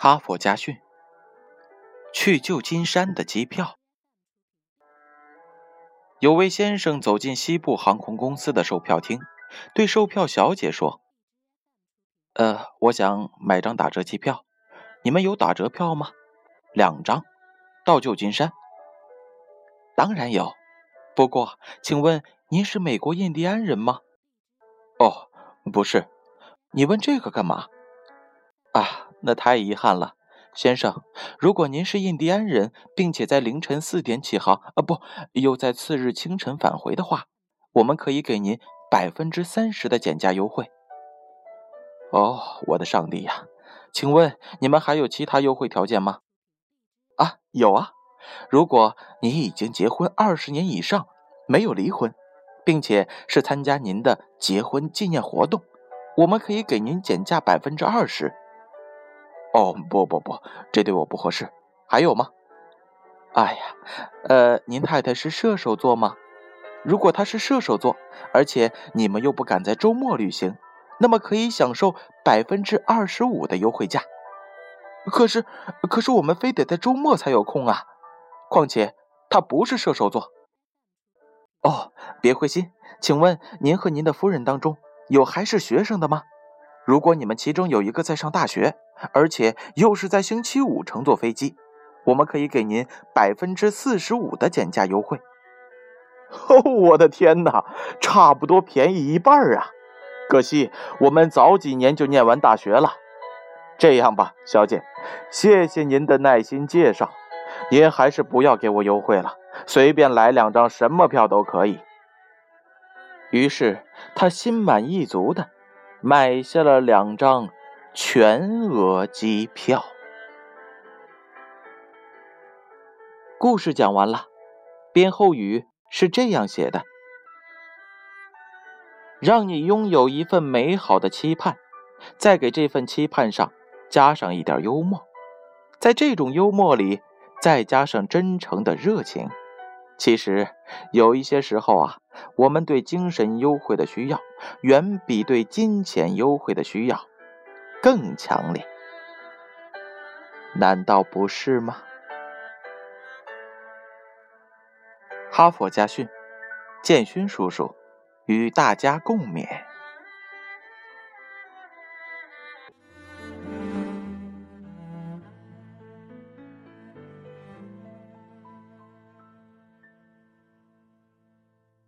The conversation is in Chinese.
哈佛家训：去旧金山的机票。有位先生走进西部航空公司的售票厅，对售票小姐说：我想买张打折机票，你们有打折票吗？2张，到旧金山。当然有，不过请问您是美国印第安人吗？哦，不是。你问这个干嘛？那太遗憾了，先生，如果您是印第安人，并且在凌晨4点起航，又在次日清晨返回的话，我们可以给您30%的减价优惠。哦，我的上帝呀！请问你们还有其他优惠条件吗？有啊，如果你已经结婚20年以上，没有离婚，并且是参加您的结婚纪念活动，我们可以给您减价20%。不，这对我不合适。还有吗？您太太是射手座吗？如果她是射手座，而且你们又不敢在周末旅行，那么可以享受25%的优惠价。可是我们非得在周末才有空啊！况且她不是射手座。别灰心，请问您和您的夫人当中有还是学生的吗？如果你们其中有一个在上大学，而且又是在星期五乘坐飞机，我们可以给您45%的减价优惠。我的天哪，差不多便宜一半啊！可惜我们早几年就念完大学了。这样吧，小姐，谢谢您的耐心介绍，您还是不要给我优惠了，随便来2张什么票都可以。于是他心满意足的买下了2张全额机票。故事讲完了，编后语是这样写的：让你拥有一份美好的期盼，再给这份期盼上加上一点幽默，在这种幽默里再加上真诚的热情。其实有一些时候我们对精神优惠的需要远比对金钱优惠的需要更强烈，难道不是吗？哈佛家训，建勋叔叔与大家共勉。